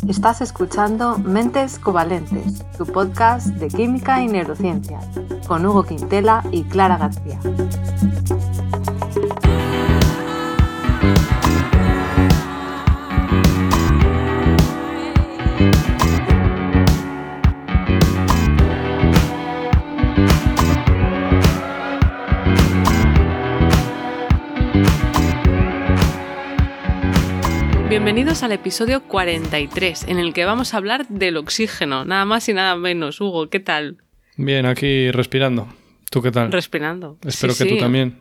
Estás escuchando Mentes Covalentes, tu podcast de química y neurociencias, con Hugo Quintela y Clara García. Bienvenidos al episodio 43, en el que vamos a hablar del oxígeno, nada más y nada menos. Hugo, ¿qué tal? Bien, aquí respirando. ¿Tú qué tal? Respirando. Espero que tú también.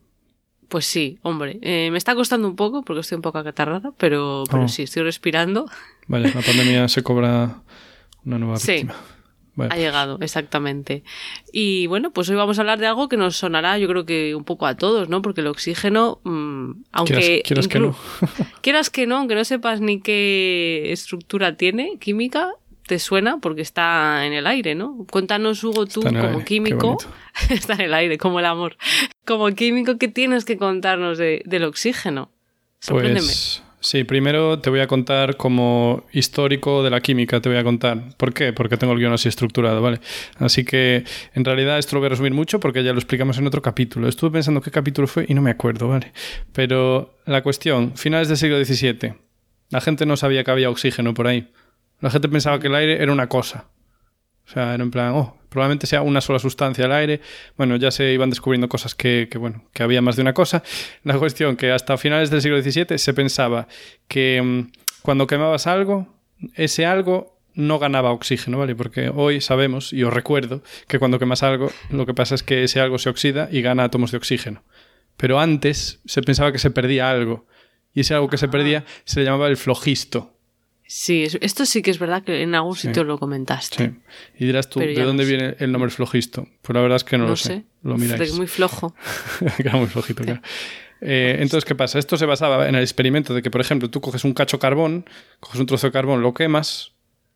Pues sí, hombre. Me está costando un poco porque estoy un poco acatarrada, pero sí, estoy respirando. Vale, la pandemia se cobra una nueva víctima. Sí. Vale. Ha llegado, exactamente. Y bueno, pues hoy vamos a hablar de algo que nos sonará, yo creo que un poco a todos, ¿no? Porque el oxígeno, aunque... Quieras que no. Quieras que no, aunque no sepas ni qué estructura tiene, química, te suena porque está en el aire, ¿no? Cuéntanos, Hugo, tú como químico... Está en el aire, como el amor. Como químico, ¿qué tienes que contarnos del oxígeno? Sorpréndeme. Pues... Sí, primero te voy a contar como histórico de la química, te voy a contar. ¿Por qué? Porque tengo el guión así estructurado, ¿vale? Así que, en realidad, esto lo voy a resumir mucho porque ya lo explicamos en otro capítulo. Estuve pensando qué capítulo fue y no me acuerdo, ¿vale? Pero la cuestión, finales del siglo XVII, la gente no sabía que había oxígeno por ahí. La gente pensaba que el aire era una cosa. O sea, era en plan, probablemente sea una sola sustancia el aire. Bueno, ya se iban descubriendo cosas que había más de una cosa. La cuestión que hasta finales del siglo XVII se pensaba que cuando quemabas algo, ese algo no ganaba oxígeno, ¿vale? Porque hoy sabemos, y os recuerdo, que cuando quemas algo, lo que pasa es que ese algo se oxida y gana átomos de oxígeno. Pero antes se pensaba que se perdía algo. Y ese algo que se perdía se le llamaba el flogisto. Sí, esto sí que es verdad que en algún sitio lo comentaste. Sí. Y dirás tú, ¿de dónde viene el nombre flogisto? Pues la verdad es que no lo sé. Lo miráis. Muy flojo. Era muy flojito, claro. Entonces, ¿qué pasa? Esto se basaba en el experimento de que, por ejemplo, tú coges un cacho de carbón, coges un trozo de carbón, lo quemas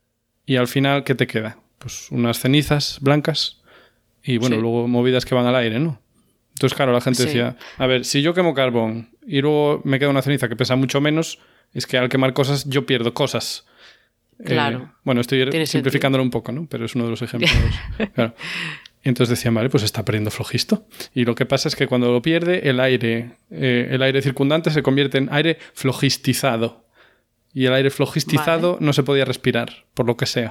y al final, ¿qué te queda? Pues unas cenizas blancas y, bueno, luego movidas que van al aire, ¿no? Entonces, claro, la gente decía, a ver, si yo quemo carbón y luego me queda una ceniza que pesa mucho menos... Es que al quemar cosas yo pierdo cosas. Claro. Bueno, estoy simplificándolo un poco, ¿no? Pero es uno de los ejemplos. Claro. Y entonces decían, vale, pues está perdiendo flogisto. Y lo que pasa es que cuando lo pierde, el aire circundante se convierte en aire flogistizado. Y el aire flogistizado no se podía respirar, por lo que sea.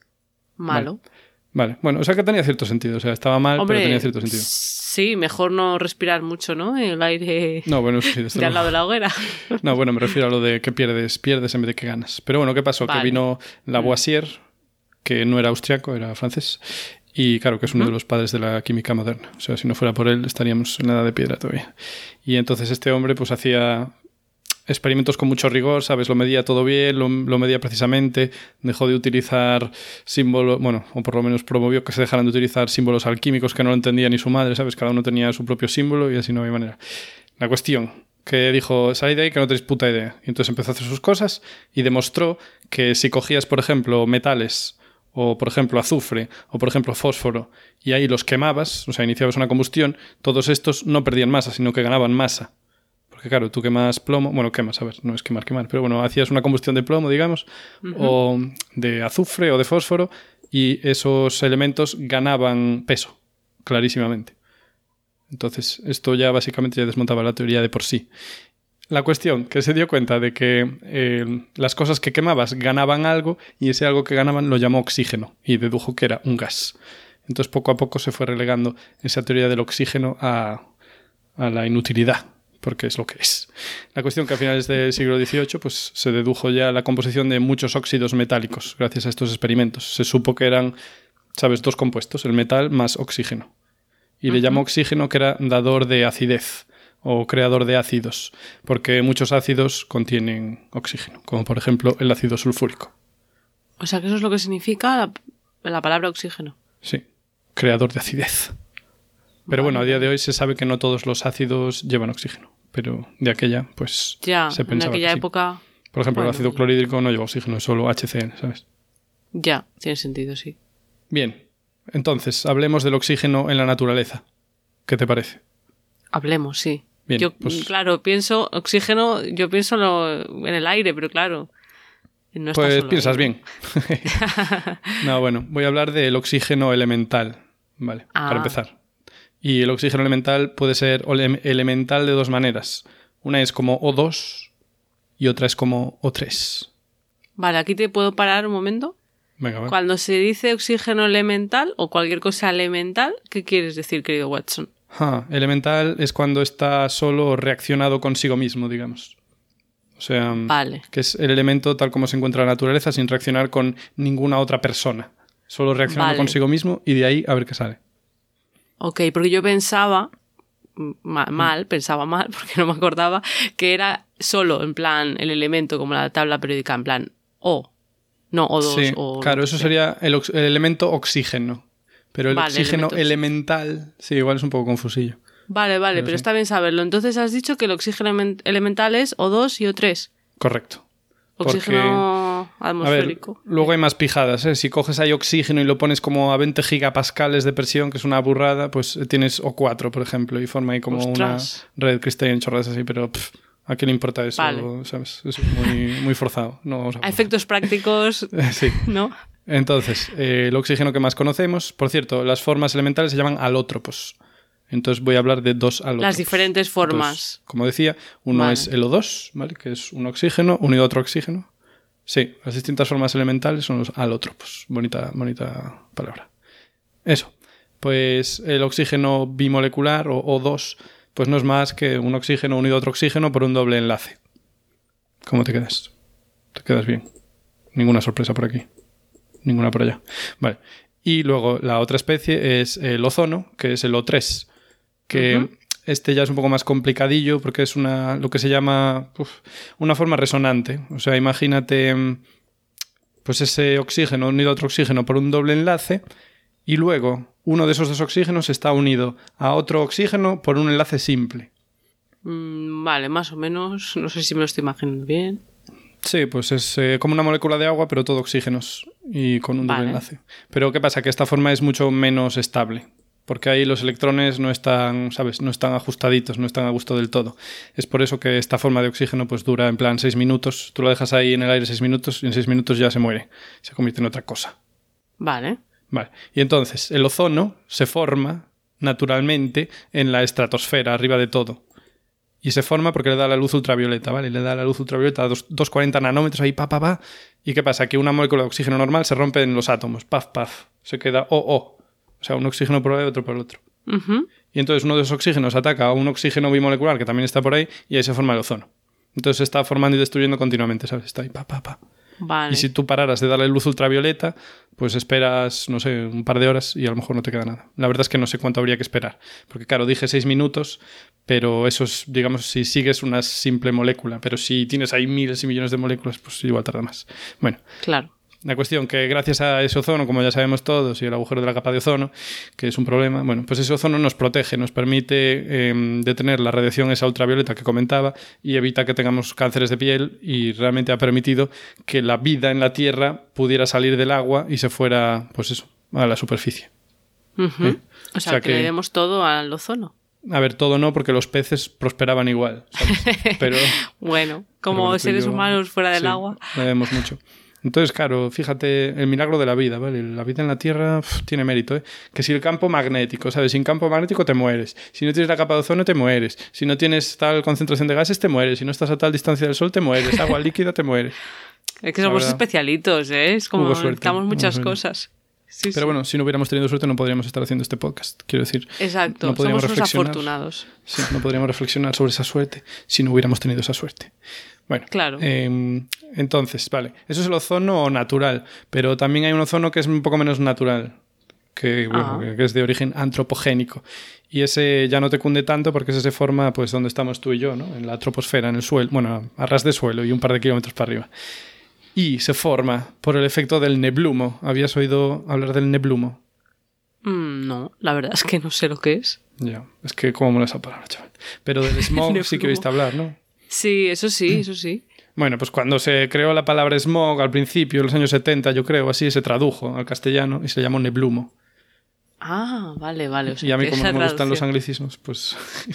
Malo. Vale. Bueno, o sea que tenía cierto sentido. O sea, estaba mal, pero tenía cierto sentido. Sí, mejor no respirar mucho, ¿no? El aire sí, de al lado de la hoguera. No, bueno, me refiero a lo de que pierdes en vez de que ganas. Pero bueno, ¿qué pasó? Que vino Lavoisier, que no era austriaco, era francés. Y claro, que es uno de los padres de la química moderna. O sea, si no fuera por él, estaríamos en la edad de piedra todavía. Y entonces este hombre pues hacía... experimentos con mucho rigor, ¿sabes? Lo medía todo bien, lo medía precisamente, dejó de utilizar símbolos, bueno, o por lo menos promovió que se dejaran de utilizar símbolos alquímicos que no lo entendía ni su madre, ¿sabes? Cada uno tenía su propio símbolo y así no había manera. La cuestión, que dijo, salid de ahí que no tenéis puta idea. Y entonces empezó a hacer sus cosas y demostró que si cogías, por ejemplo, metales, o por ejemplo azufre, o por ejemplo fósforo, y ahí los quemabas, o sea, iniciabas una combustión, todos estos no perdían masa, sino que ganaban masa. Porque claro, tú quemas plomo, bueno, quemas, a ver, no es quemar, pero bueno, hacías una combustión de plomo, digamos, o de azufre o de fósforo, y esos elementos ganaban peso, clarísimamente. Entonces, esto ya básicamente ya desmontaba la teoría de por sí. La cuestión, que se dio cuenta de que las cosas que quemabas ganaban algo, y ese algo que ganaban lo llamó oxígeno, y dedujo que era un gas. Entonces, poco a poco se fue relegando esa teoría del oxígeno a la inutilidad, porque es lo que es. La cuestión que a finales del siglo XVIII pues, se dedujo ya la composición de muchos óxidos metálicos gracias a estos experimentos. Se supo que eran, ¿sabes?, dos compuestos, el metal más oxígeno. Y le llamó oxígeno que era dador de acidez o creador de ácidos, porque muchos ácidos contienen oxígeno, como por ejemplo el ácido sulfúrico. O sea que eso es lo que significa la palabra oxígeno. Sí, creador de acidez. Pero bueno, a día de hoy se sabe que no todos los ácidos llevan oxígeno. Pero de aquella, pues ya, se pensaba en aquella que época... Sí. Por ejemplo, el ácido clorhídrico no lleva oxígeno, es solo HCN, ¿sabes? Ya, tiene sentido, sí. Bien, entonces, hablemos del oxígeno en la naturaleza. ¿Qué te parece? Hablemos, sí. Bien, yo, claro, pienso oxígeno, yo pienso en el aire, pero claro, No está pues solo piensas ahí. Bien. No, bueno, voy a hablar del oxígeno elemental, ¿vale? Para empezar. Y el oxígeno elemental puede ser elemental de dos maneras. Una es como O2 y otra es como O3. Vale, aquí te puedo parar un momento. Venga, vale. Cuando se dice oxígeno elemental o cualquier cosa elemental, ¿qué quieres decir, querido Watson? Elemental es cuando está solo reaccionado consigo mismo, digamos. O sea, vale. Que es el elemento tal como se encuentra en la naturaleza sin reaccionar con ninguna otra persona. Solo reaccionando consigo mismo y de ahí a ver qué sale. Ok, porque yo pensaba pensaba mal, porque no me acordaba, que era solo, en plan, el elemento como la tabla periódica, en plan, O. No, O2. Sí, o claro, eso sería el elemento oxígeno. Pero el oxígeno elemental, sí, igual es un poco confusillo. Vale, pero sí. Está bien saberlo. Entonces has dicho que el oxígeno elemental es O2 y O3. Correcto. Oxígeno atmosférico. A ver, luego hay más pijadas, ¿eh? Si coges ahí oxígeno y lo pones como a 20 gigapascales de presión, que es una burrada, pues tienes O4, por ejemplo, y forma ahí como una red cristalina en chorradas así, pero ¿a qué le importa eso? Vale. ¿Sabes? Es muy, muy forzado. No, a efectos prácticos, sí. ¿no? Entonces, el oxígeno que más conocemos, por cierto, las formas elementales se llaman alótropos. Entonces voy a hablar de dos alótropos. Las diferentes formas. Entonces, como decía, uno es el O2, ¿vale? Que es un oxígeno unido a otro oxígeno. Sí, las distintas formas elementales son los alótropos. Bonita palabra. Eso. Pues el oxígeno bimolecular o O2, pues no es más que un oxígeno unido a otro oxígeno por un doble enlace. ¿Cómo te quedas? ¿Te quedas bien? Ninguna sorpresa por aquí. Ninguna por allá. Vale. Y luego la otra especie es el ozono, que es el O3. Que este ya es un poco más complicadillo porque es lo que se llama una forma resonante. O sea, imagínate pues ese oxígeno unido a otro oxígeno por un doble enlace y luego uno de esos dos oxígenos está unido a otro oxígeno por un enlace simple. Vale, más o menos. No sé si me lo estoy imaginando bien. Sí, pues es como una molécula de agua, pero todo oxígenos y con un doble enlace. Pero ¿qué pasa? Que esta forma es mucho menos estable. Porque ahí los electrones no están, ¿sabes? No están ajustaditos, no están a gusto del todo. Es por eso que esta forma de oxígeno pues dura en plan 6 minutos. Tú lo dejas ahí en el aire 6 minutos y en 6 minutos ya se muere. Se convierte en otra cosa. Vale. Y entonces el ozono se forma naturalmente en la estratosfera, arriba de todo. Y se forma porque le da la luz ultravioleta, ¿vale? Le da la luz ultravioleta a 240 nanómetros ahí, pa. ¿Y qué pasa? Que una molécula de oxígeno normal se rompe en los átomos. Paf. Se queda O. O sea, un oxígeno por un lado y otro por el otro. Y entonces uno de esos oxígenos ataca a un oxígeno bimolecular que también está por ahí y ahí se forma el ozono. Entonces se está formando y destruyendo continuamente, ¿sabes? Está ahí, pa. Vale. Y si tú pararas de darle luz ultravioleta, pues esperas, no sé, un par de horas y a lo mejor no te queda nada. La verdad es que no sé cuánto habría que esperar. Porque claro, dije 6 minutos, pero eso es, digamos, si sigues una simple molécula. Pero si tienes ahí miles y millones de moléculas, pues igual tarda más. Bueno. Claro. La cuestión que gracias a ese ozono, como ya sabemos todos, y el agujero de la capa de ozono, que es un problema, bueno, pues ese ozono nos protege, nos permite detener la radiación esa ultravioleta que comentaba y evita que tengamos cánceres de piel y realmente ha permitido que la vida en la Tierra pudiera salir del agua y se fuera, pues eso, a la superficie. O sea, que le demos todo al ozono. A ver, todo no, porque los peces prosperaban igual, ¿sabes? Pero, bueno, como seres humanos fuera del agua. Le debemos mucho. Entonces, claro, fíjate, el milagro de la vida, ¿vale? La vida en la Tierra tiene mérito, ¿eh? Que si el campo magnético, ¿sabes? Sin campo magnético te mueres. Si no tienes la capa de ozono te mueres. Si no tienes tal concentración de gases te mueres. Si no estás a tal distancia del sol te mueres. Agua líquida te mueres. Es que somos especialitos, ¿eh? Es como necesitamos muchas cosas. Sí, pero bueno, si no hubiéramos tenido suerte no podríamos estar haciendo este podcast. Quiero decir, exacto, no podríamos somos unos afortunados. Sí, no podríamos reflexionar sobre esa suerte si no hubiéramos tenido esa suerte. Bueno, claro. Entonces, vale, eso es el ozono natural, pero también hay un ozono que es un poco menos natural, que es de origen antropogénico. Y ese ya no te cunde tanto porque ese se forma pues donde estamos tú y yo, ¿no? En la troposfera, en el suelo, bueno, a ras de suelo y un par de kilómetros para arriba. Y se forma por el efecto del neblumo. ¿Habías oído hablar del neblumo? No, la verdad es que no sé lo que es. Ya, es que cómo mola esa palabra, chaval. Pero del smog sí que oíste hablar, ¿no? Sí, eso sí. Bueno, pues cuando se creó la palabra smog al principio, en los años 70, yo creo, así se tradujo al castellano y se llamó neblumo. Ah, vale. O sea, y a mí como no me gustan los anglicismos, pues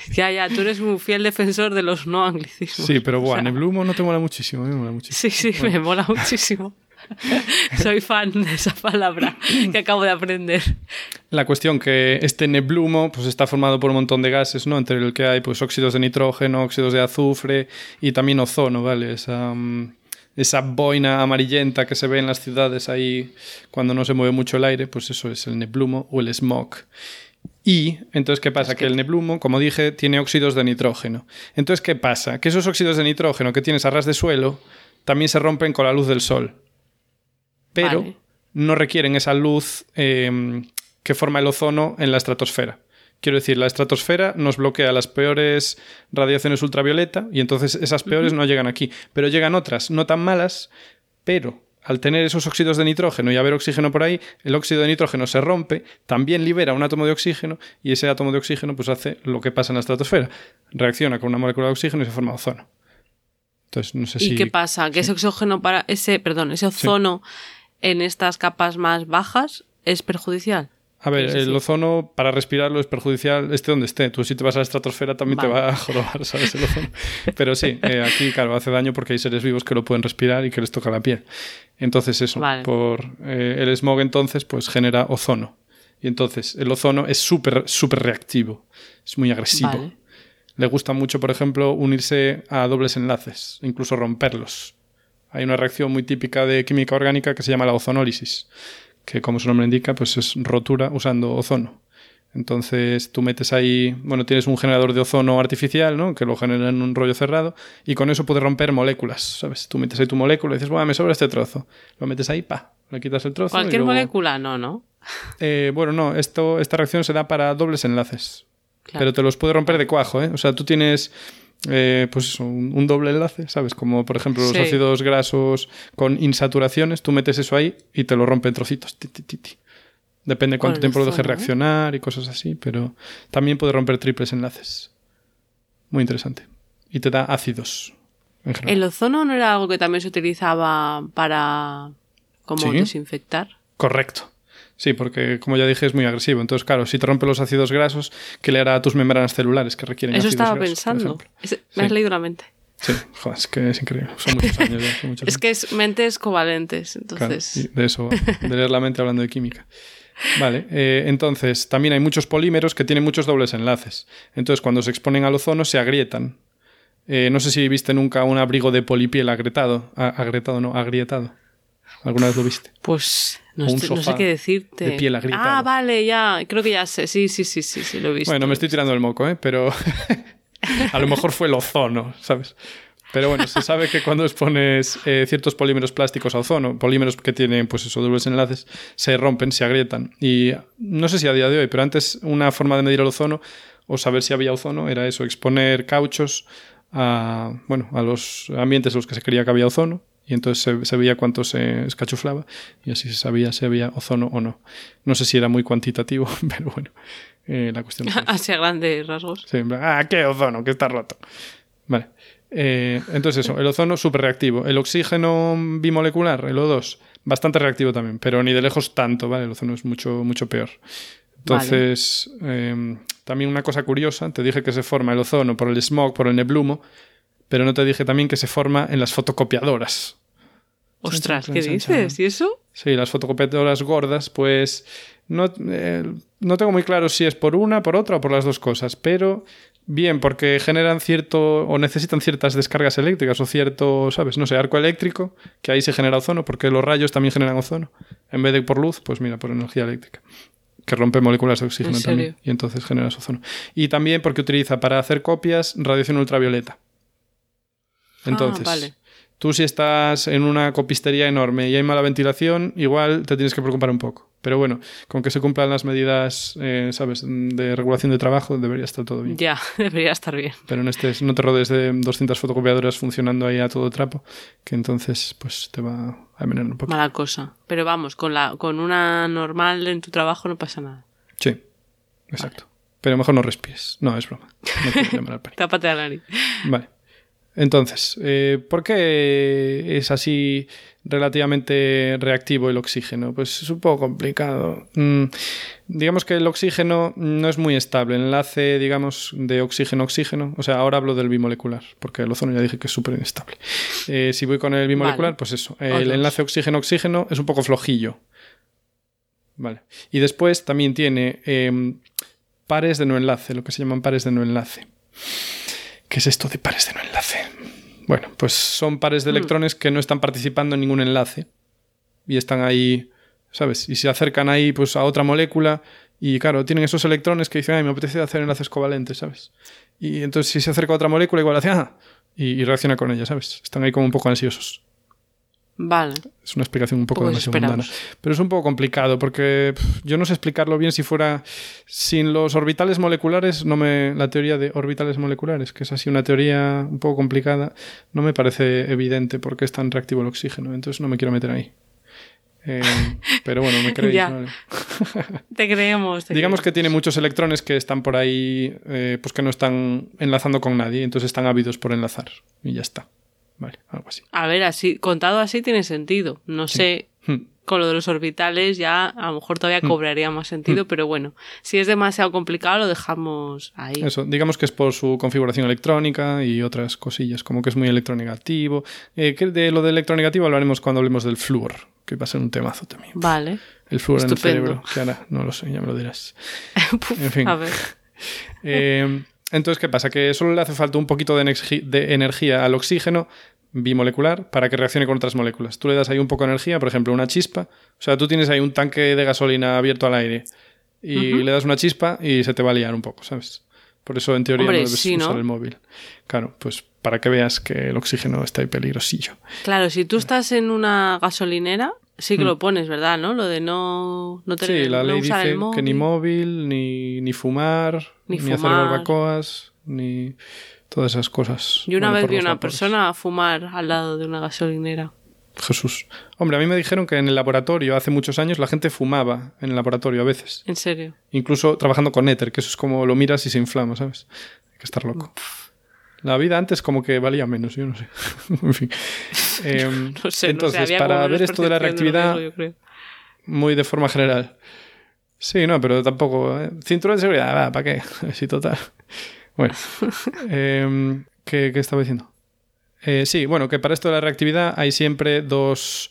Ya, tú eres un fiel defensor de los no anglicismos. Sí, pero bueno, Neblumo no te mola muchísimo, a mí me mola muchísimo. Sí, bueno. Me mola muchísimo. Soy fan de esa palabra que acabo de aprender. La cuestión que este neblumo pues está formado por un montón de gases, ¿no? Entre el que hay pues óxidos de nitrógeno, óxidos de azufre y también ozono, ¿vale? Esa boina amarillenta que se ve en las ciudades ahí cuando no se mueve mucho el aire, pues eso es el neblumo o el smog. Y entonces, ¿qué pasa? Que el neblumo, como dije, tiene óxidos de nitrógeno. Entonces, ¿qué pasa? Que esos óxidos de nitrógeno que tienes a ras de suelo también se rompen con la luz del sol. Pero no requieren esa luz que forma el ozono en la estratosfera. Quiero decir, la estratosfera nos bloquea las peores radiaciones ultravioleta y entonces esas peores no llegan aquí. Pero llegan otras, no tan malas, pero al tener esos óxidos de nitrógeno y haber oxígeno por ahí, el óxido de nitrógeno se rompe, también libera un átomo de oxígeno y ese átomo de oxígeno pues hace lo que pasa en la estratosfera. Reacciona con una molécula de oxígeno y se forma ozono. Entonces, no sé si... ¿Y qué pasa? Que ese oxígeno ese ozono... Sí. En estas capas más bajas es perjudicial. A ver, el ozono para respirarlo es perjudicial esté donde esté. Tú si te vas a la estratosfera también te va a jorobar, ¿sabes? El ozono. Pero sí, aquí claro, hace daño porque hay seres vivos que lo pueden respirar y que les toca la piel. Entonces eso, por el smog entonces pues genera ozono. Y entonces el ozono es súper reactivo, es muy agresivo. Vale. Le gusta mucho, por ejemplo, unirse a dobles enlaces, incluso romperlos. Hay una reacción muy típica de química orgánica que se llama la ozonólisis, que como su nombre indica, pues es rotura usando ozono. Entonces tú metes ahí, tienes un generador de ozono artificial, ¿no? Que lo genera en un rollo cerrado y con eso puedes romper moléculas, ¿sabes? Tú metes ahí tu molécula y dices, me sobra este trozo. Lo metes ahí, le quitas el trozo. ¿Cualquier luego... molécula? No. No, esta reacción se da para dobles enlaces. Claro. Pero te los puede romper de cuajo, ¿eh? O sea, tú tienes... pues eso, un doble enlace, ¿sabes? Como por ejemplo los ácidos grasos con insaturaciones, tú metes eso ahí y te lo rompe en trocitos. Depende cuánto tiempo lo dejes reaccionar y cosas así, pero también puede romper triples enlaces. Muy interesante. Y te da ácidos en general. ¿El ozono no era algo que también se utilizaba para desinfectar? Correcto. Sí, porque como ya dije es muy agresivo. Entonces, claro, si te rompe los ácidos grasos, ¿qué le hará a tus membranas celulares que requieren ácidos grasos? Eso estaba pensando. Me has leído la mente. Sí, joder, es que es increíble. Son muchos años ya. Es que es mentes covalentes, entonces... Claro, de eso, de leer la mente hablando de química. Vale, entonces también hay muchos polímeros que tienen muchos dobles enlaces. Entonces, cuando se exponen al ozono, se agrietan. No sé si viste nunca un abrigo de polipiel agrietado. ¿Alguna vez lo viste? Pues no sé qué decirte. De piel agrietada. Ah, vale, ya. Creo que ya sé. Sí, lo he visto. Bueno, me estoy tirando el moco, pero a lo mejor fue el ozono, ¿sabes? Pero bueno, se sabe que cuando expones ciertos polímeros plásticos a ozono, polímeros que tienen pues eso, dobles enlaces, se rompen, se agrietan. Y no sé si a día de hoy, pero antes una forma de medir el ozono o saber si había ozono era eso, exponer cauchos a los ambientes en los que se creía que había ozono. Y entonces se veía cuánto se escachuflaba y así se sabía si había ozono o no. No sé si era muy cuantitativo, pero bueno, la cuestión es... Así a grandes rasgos. Sí, ¿qué ozono? Que está roto. Vale. Entonces eso, el ozono súper reactivo. El oxígeno bimolecular, el O2, bastante reactivo también, pero ni de lejos tanto, ¿vale? El ozono es mucho, mucho peor. Entonces, también una cosa curiosa, te dije que se forma el ozono por el smog, por el neblumo, pero no te dije también que se forma en las fotocopiadoras. Ostras, ¿qué dices? ¿Y eso? Sí, las fotocopiadoras gordas, pues no tengo muy claro si es por una, por otra o por las dos cosas, pero bien, porque generan o necesitan ciertas descargas eléctricas o cierto, ¿sabes? No sé, arco eléctrico, que ahí se genera ozono, porque los rayos también generan ozono. En vez de por luz, pues mira, por energía eléctrica, que rompe moléculas de oxígeno también, y entonces genera ozono. Y también porque utiliza para hacer copias radiación ultravioleta. Entonces, vale. Tú si estás en una copistería enorme y hay mala ventilación, igual te tienes que preocupar un poco. Pero bueno, con que se cumplan las medidas, ¿sabes?, de regulación de trabajo, debería estar todo bien. Ya, debería estar bien. Pero no te rodees de 200 fotocopiadoras funcionando ahí a todo trapo, que entonces pues te va a envenenar un poco. Mala cosa. Pero vamos, con una normal en tu trabajo no pasa nada. Sí, exacto. Vale. Pero mejor no respires. No, es broma. No quiero llamar al pánico. Tápate la nariz. Vale. Entonces, ¿por qué es así relativamente reactivo el oxígeno? Pues es un poco complicado. Digamos que el oxígeno no es muy estable. El enlace, digamos, de oxígeno-oxígeno, o sea, ahora hablo del bimolecular, porque el ozono ya dije que es súper inestable. Si voy con el bimolecular, vale, pues eso. El enlace oxígeno-oxígeno es un poco flojillo. Vale. Y después también tiene pares de no enlace, lo que se llaman pares de no enlace. ¿Qué es esto de pares de no enlace? Bueno, pues son pares de electrones que no están participando en ningún enlace y están ahí, ¿sabes? Y se acercan ahí pues a otra molécula y claro, tienen esos electrones que dicen, ay, me apetece hacer enlaces covalentes, ¿sabes? Y entonces si se acerca a otra molécula igual hace, y reacciona con ella, ¿sabes? Están ahí como un poco ansiosos. Vale. Es una explicación un poco demasiado mundana. Pero es un poco complicado porque yo no sé explicarlo bien si fuera sin los orbitales moleculares. La teoría de orbitales moleculares, que es así una teoría un poco complicada, no me parece evidente por qué es tan reactivo el oxígeno. Entonces no me quiero meter ahí. Pero bueno, me creéis. ¿Vale? Te creemos. Digamos que tiene muchos electrones que están por ahí, pues que no están enlazando con nadie. Entonces están ávidos por enlazar. Y ya está. Vale, algo así. A ver, así, contado así tiene sentido. No sé, con lo de los orbitales ya a lo mejor todavía cobraría más sentido, pero bueno, si es demasiado complicado lo dejamos ahí. Eso, digamos que es por su configuración electrónica y otras cosillas, como que es muy electronegativo. De lo de electronegativo hablaremos cuando hablemos del flúor, que va a ser un temazo también. Vale. El flúor en el cerebro, que ahora no lo sé, ya me lo dirás. En fin. A ver. Entonces, ¿qué pasa? Que solo le hace falta un poquito de energía al oxígeno bimolecular para que reaccione con otras moléculas. Tú le das ahí un poco de energía, por ejemplo, una chispa. O sea, tú tienes ahí un tanque de gasolina abierto al aire y le das una chispa y se te va a liar un poco, ¿sabes? Por eso, en teoría, no debes usar el móvil. Claro, pues para que veas que el oxígeno está ahí peligrosillo. Claro, si tú estás en una gasolinera, sí que lo pones, ¿verdad? ¿No? Lo de no tener, sí, la ley usar dice el móvil. Que ni móvil, ni fumar, ni hacer barbacoas, ni todas esas cosas. Yo una vez vi a una persona fumar al lado de una gasolinera. Jesús. Hombre, a mí me dijeron que en el laboratorio, hace muchos años, la gente fumaba en el laboratorio a veces. ¿En serio? Incluso trabajando con éter, que eso es como lo miras y se inflama, ¿sabes? Hay que estar loco. La vida antes como que valía menos, yo no sé. En fin. No sé, entonces, para ver esto de la reactividad, muy de forma general. Sí, no, pero tampoco. Cinturón de seguridad, ¿para qué? Sí, total. Bueno. ¿Qué estaba diciendo? Sí, bueno, que para esto de la reactividad hay siempre dos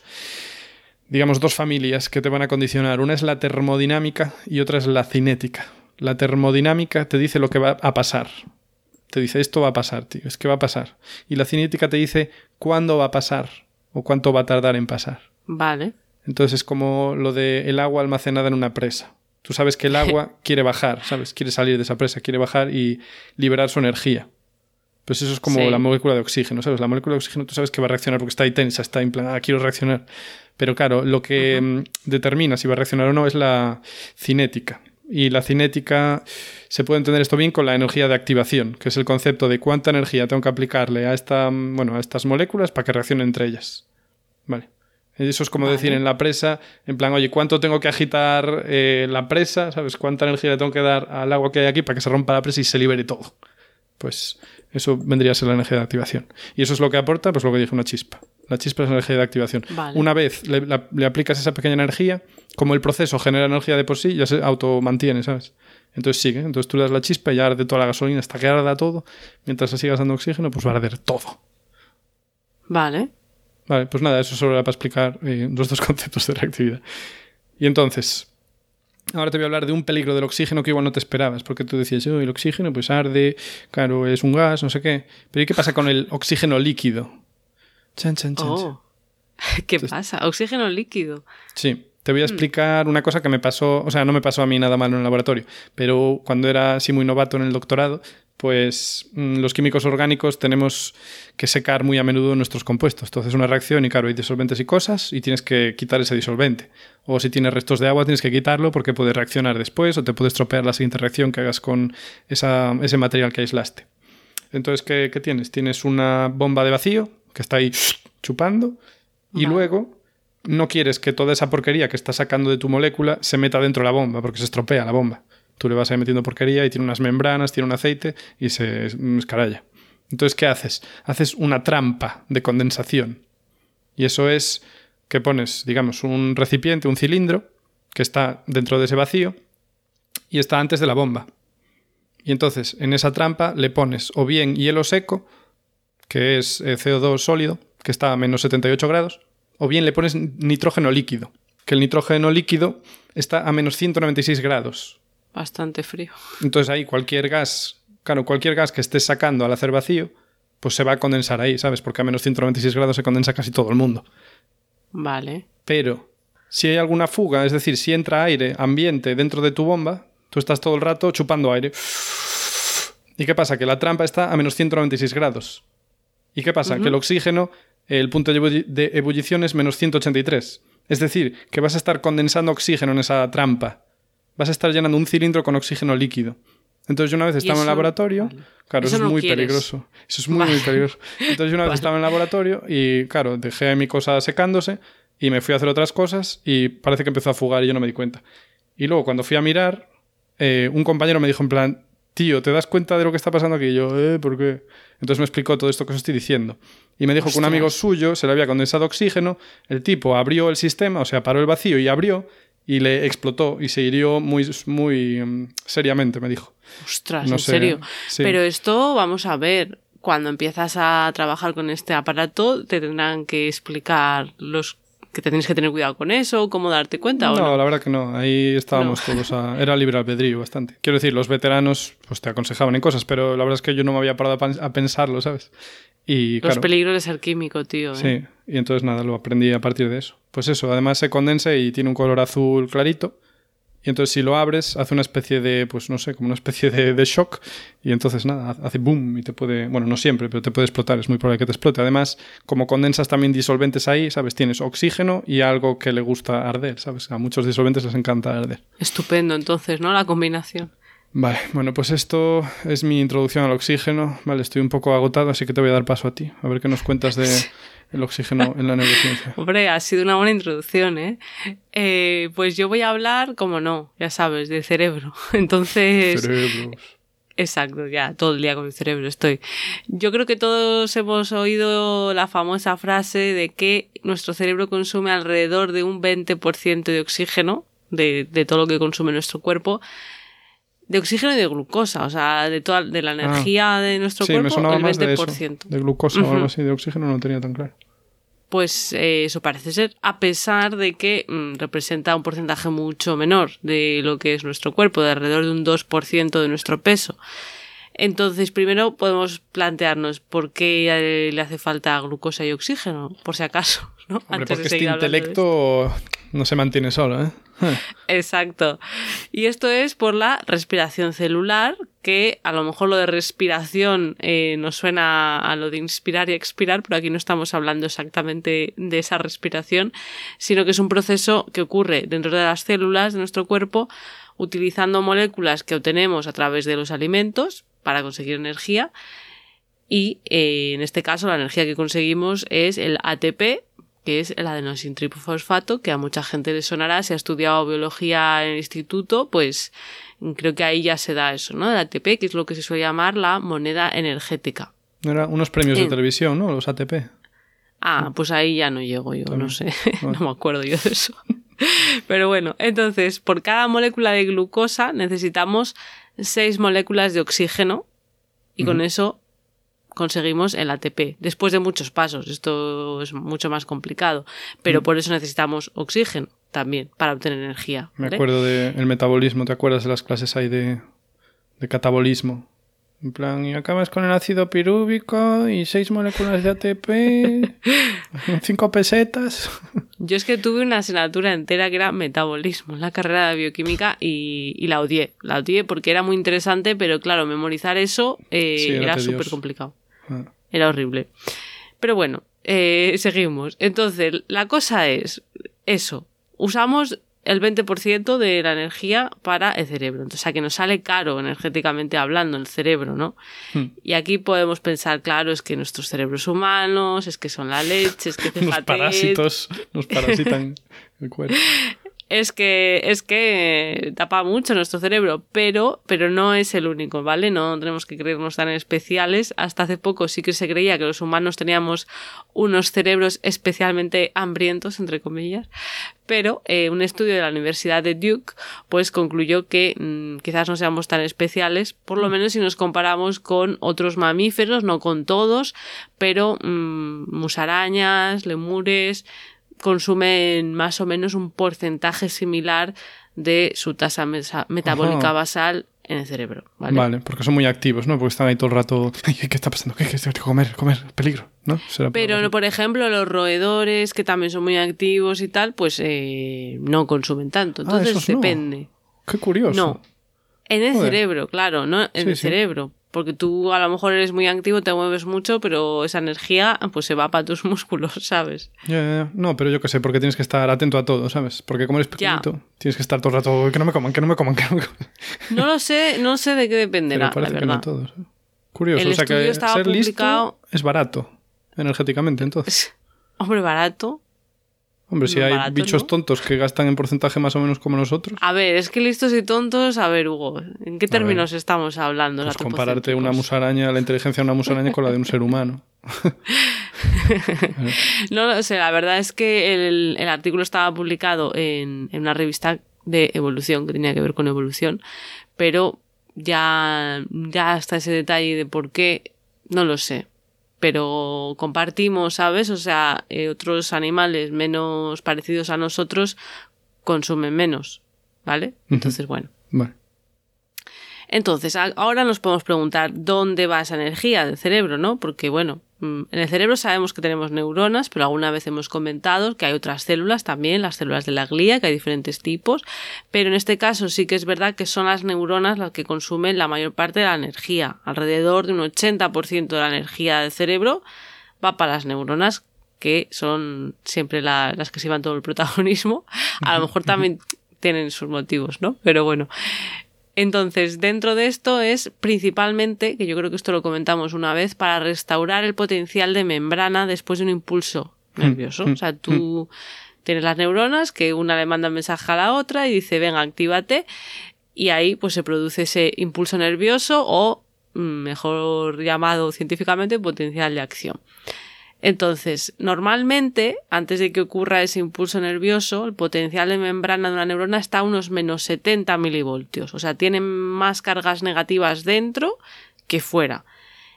familias que te van a condicionar. Una es la termodinámica y otra es la cinética. La termodinámica te dice lo que va a pasar. Te dice, esto va a pasar, tío, es que va a pasar. Y la cinética te dice cuándo va a pasar o cuánto va a tardar en pasar. Vale. Entonces es como lo del agua almacenada en una presa. Tú sabes que el agua quiere bajar, ¿sabes? Quiere salir de esa presa, quiere bajar y liberar su energía. Pues eso es como la molécula de oxígeno, ¿sabes? La molécula de oxígeno tú sabes que va a reaccionar porque está ahí tensa, está en plan, quiero reaccionar. Pero claro, lo que determina si va a reaccionar o no es la cinética. Y la cinética se puede entender esto bien con la energía de activación, que es el concepto de cuánta energía tengo que aplicarle a estas moléculas para que reaccionen entre ellas. Vale. Eso es como decir en la presa, en plan, oye, ¿cuánto tengo que agitar la presa? ¿Sabes? ¿Cuánta energía le tengo que dar al agua que hay aquí para que se rompa la presa y se libere todo? Pues eso vendría a ser la energía de activación. Y eso es lo que aporta, pues lo que dije, una chispa. La chispa es la energía de activación. Vale. Una vez le aplicas esa pequeña energía, como el proceso genera energía de por sí, ya se automantiene, ¿sabes? Entonces sigue. Entonces tú le das la chispa y ya arde toda la gasolina hasta que arda todo. Mientras se sigas dando oxígeno, pues va a arder todo. Vale. Vale, pues nada, eso solo era para explicar los dos conceptos de reactividad. Y entonces, ahora te voy a hablar de un peligro del oxígeno que igual no te esperabas, porque tú decías, el oxígeno pues arde, claro, es un gas, no sé qué. Pero ¿y qué pasa con el oxígeno líquido? Chan. ¿Qué pasa? ¿Oxígeno líquido? Sí. Te voy a explicar una cosa que me pasó, o sea, no me pasó a mí nada malo en el laboratorio, pero cuando era así muy novato en el doctorado, pues los químicos orgánicos tenemos que secar muy a menudo nuestros compuestos. Entonces una reacción y claro, hay disolventes y cosas y tienes que quitar ese disolvente. O si tienes restos de agua tienes que quitarlo porque puede reaccionar después o te puede estropear la siguiente reacción que hagas con ese material que aislaste. Entonces, ¿qué tienes? Tienes una bomba de vacío que está ahí chupando y luego no quieres que toda esa porquería que estás sacando de tu molécula se meta dentro de la bomba porque se estropea la bomba. Tú le vas ahí metiendo porquería y tiene unas membranas, tiene un aceite y se escaralla. Entonces, ¿qué haces? Haces una trampa de condensación. Y eso es que pones, digamos, un recipiente, un cilindro, que está dentro de ese vacío y está antes de la bomba. Y entonces, en esa trampa le pones o bien hielo seco, que es CO2 sólido, que está a menos 78 grados, o bien le pones nitrógeno líquido, que el nitrógeno líquido está a menos 196 grados. Bastante frío. Entonces ahí cualquier gas que estés sacando al hacer vacío, pues se va a condensar ahí, ¿sabes? Porque a menos 196 grados se condensa casi todo el mundo. Vale. Pero si hay alguna fuga, es decir, si entra aire ambiente dentro de tu bomba, tú estás todo el rato chupando aire. ¿Y qué pasa? Que la trampa está a menos 196 grados. ¿Y qué pasa? Que el oxígeno, el punto de ebullición es menos 183. Es decir, que vas a estar condensando oxígeno en esa trampa. Vas a estar llenando un cilindro con oxígeno líquido. Entonces yo una vez estaba en el laboratorio... Vale. Claro, eso es muy peligroso. Eso es muy peligroso. Entonces yo una vez estaba en el laboratorio y, claro, dejé mi cosa secándose y me fui a hacer otras cosas y parece que empezó a fugar y yo no me di cuenta. Y luego cuando fui a mirar, un compañero me dijo en plan, tío, ¿te das cuenta de lo que está pasando aquí? Y yo, ¿por qué? Entonces me explicó todo esto que os estoy diciendo. Y me dijo que un amigo suyo se le había condensado oxígeno, el tipo abrió el sistema, o sea, paró el vacío y abrió, y le explotó y se hirió muy seriamente, me dijo. Ostras, no, ¿en serio? Sí. Pero esto, vamos a ver, cuando empiezas a trabajar con este aparato, te tendrán que explicar que te tienes que tener cuidado con eso, cómo darte cuenta, ¿o no? No, la verdad que no. Ahí estábamos todos era libre albedrío bastante. Quiero decir, los veteranos pues te aconsejaban en cosas, pero la verdad es que yo no me había parado a pensarlo, ¿sabes? Y, los peligros de ser químico, tío. Sí, y entonces nada, lo aprendí a partir de eso. Pues eso, además se condensa y tiene un color azul clarito. Y entonces si lo abres, hace una especie de, pues no sé, como una especie de shock. Y entonces nada, hace boom y te puede, bueno, no siempre, pero te puede explotar. Es muy probable que te explote. Además, como condensas también disolventes ahí, ¿sabes? Tienes oxígeno y algo que le gusta arder, ¿sabes? A muchos disolventes les encanta arder. Estupendo, entonces, ¿no? La combinación. Vale, bueno, pues esto es mi introducción al oxígeno. Vale, estoy un poco agotado, así que te voy a dar paso a ti. A ver qué nos cuentas de el oxígeno en la neurociencia. Hombre, ha sido una buena introducción, ¿eh? Pues yo voy a hablar, como no, ya sabes, del cerebro. Entonces... Cerebros. Exacto, ya todo el día con el cerebro estoy. Yo creo que todos hemos oído la famosa frase de que nuestro cerebro consume alrededor de un 20% de oxígeno, de todo lo que consume nuestro cuerpo, de oxígeno y de glucosa, o sea, de la energía de nuestro cuerpo, me sonaba el 20%. Más de eso, de glucosa o algo así, de oxígeno no lo tenía tan claro. Pues eso parece ser, a pesar de que representa un porcentaje mucho menor de lo que es nuestro cuerpo, de alrededor de un 2% de nuestro peso. Entonces, primero podemos plantearnos por qué le hace falta glucosa y oxígeno, por si acaso, ¿no? Hombre, antes porque este intelecto no se mantiene solo, ¿eh? Exacto. Y esto es por la respiración celular, que a lo mejor lo de respiración nos suena a lo de inspirar y expirar, pero aquí no estamos hablando exactamente de esa respiración, sino que es un proceso que ocurre dentro de las células de nuestro cuerpo utilizando moléculas que obtenemos a través de los alimentos para conseguir energía y en este caso la energía que conseguimos es el ATP, que es el adenosintrifosfato, que a mucha gente le sonará. Si ha estudiado biología en el instituto, pues creo que ahí ya se da eso, ¿no? El ATP, que es lo que se suele llamar la moneda energética. Eran unos premios de televisión, ¿no? Los ATP. Ah, pues ahí ya no llego yo, también. No sé, no me acuerdo yo de eso. Pero bueno, entonces, por cada molécula de glucosa necesitamos 6 moléculas de oxígeno y con eso conseguimos el ATP, después de muchos pasos. Esto es mucho más complicado, pero por eso necesitamos oxígeno también, para obtener energía, ¿vale? Me acuerdo del metabolismo, ¿te acuerdas de las clases ahí de catabolismo? En plan, y acabas con el ácido pirúvico y 6 moléculas de ATP, 5 pesetas. Yo es que tuve una asignatura entera que era metabolismo en la carrera de bioquímica y la odié. La odié porque era muy interesante, pero claro, memorizar eso era súper complicado. Era horrible. Pero bueno, seguimos. Entonces, la cosa es eso. Usamos el 20% de la energía para el cerebro. Entonces, o sea, que nos sale caro energéticamente hablando el cerebro, ¿no? Y aquí podemos pensar, claro, es que nuestros cerebros humanos, es que son la leche, es que fíjate... Los parásitos nos parasitan el cuerpo. Es que tapa mucho nuestro cerebro, pero no es el único, ¿vale? No tenemos que creernos tan especiales. Hasta hace poco sí que se creía que los humanos teníamos unos cerebros especialmente hambrientos, entre comillas, pero un estudio de la Universidad de Duke pues concluyó que quizás no seamos tan especiales, por lo menos si nos comparamos con otros mamíferos, no con todos, pero musarañas, lemures consumen más o menos un porcentaje similar de su tasa metabólica basal en el cerebro. Vale, porque son muy activos, ¿no? Porque están ahí todo el rato. ¿Qué está pasando? ¿Qué? Comer, peligro, ¿no? Pero, por ejemplo, los roedores, que también son muy activos y tal, pues no consumen tanto. Entonces depende. No. Qué curioso. No, en el cerebro, claro, ¿no? En el cerebro. Porque tú a lo mejor eres muy activo, te mueves mucho, pero esa energía pues se va para tus músculos, ¿sabes? Ya. No, pero yo qué sé, porque tienes que estar atento a todo, ¿sabes? Porque como eres pequeñito, tienes que estar todo el rato, que no me coman. No lo sé, no sé de qué dependerá, pero parece la verdad. Que no todos. Curioso, El o sea que ser publicado... listo es barato, energéticamente, entonces. Hombre, barato. Hombre, si hay barato, bichos ¿no? tontos que gastan en porcentaje más o menos como nosotros. A ver, es que listos y tontos, a ver, Hugo, ¿en qué términos estamos hablando? Pues compararte una musaraña, la inteligencia de una musaraña con la de un ser humano. No lo sé, la verdad es que el artículo estaba publicado en una revista de evolución, que tenía que ver con evolución, pero ya hasta ese detalle de por qué, no lo sé. Pero compartimos, ¿sabes? O sea, otros animales menos parecidos a nosotros consumen menos, ¿vale? Entonces, bueno. Vale. Entonces, ahora nos podemos preguntar dónde va esa energía del cerebro, ¿no? Porque, bueno, en el cerebro sabemos que tenemos neuronas, pero alguna vez hemos comentado que hay otras células también, las células de la glía, que hay diferentes tipos, pero en este caso sí que es verdad que son las neuronas las que consumen la mayor parte de la energía. Alrededor de un 80% de la energía del cerebro va para las neuronas, que son siempre las que se llevan todo el protagonismo. A lo mejor también tienen sus motivos, ¿no? Pero bueno. Entonces, dentro de esto es principalmente, que yo creo que esto lo comentamos una vez, para restaurar el potencial de membrana después de un impulso nervioso. O sea, tú tienes las neuronas, que una le manda un mensaje a la otra y dice, venga, actívate, y ahí pues se produce ese impulso nervioso o, mejor llamado científicamente, potencial de acción. Entonces, normalmente, antes de que ocurra ese impulso nervioso, el potencial de membrana de una neurona está a unos menos 70 milivoltios. O sea, tiene más cargas negativas dentro que fuera.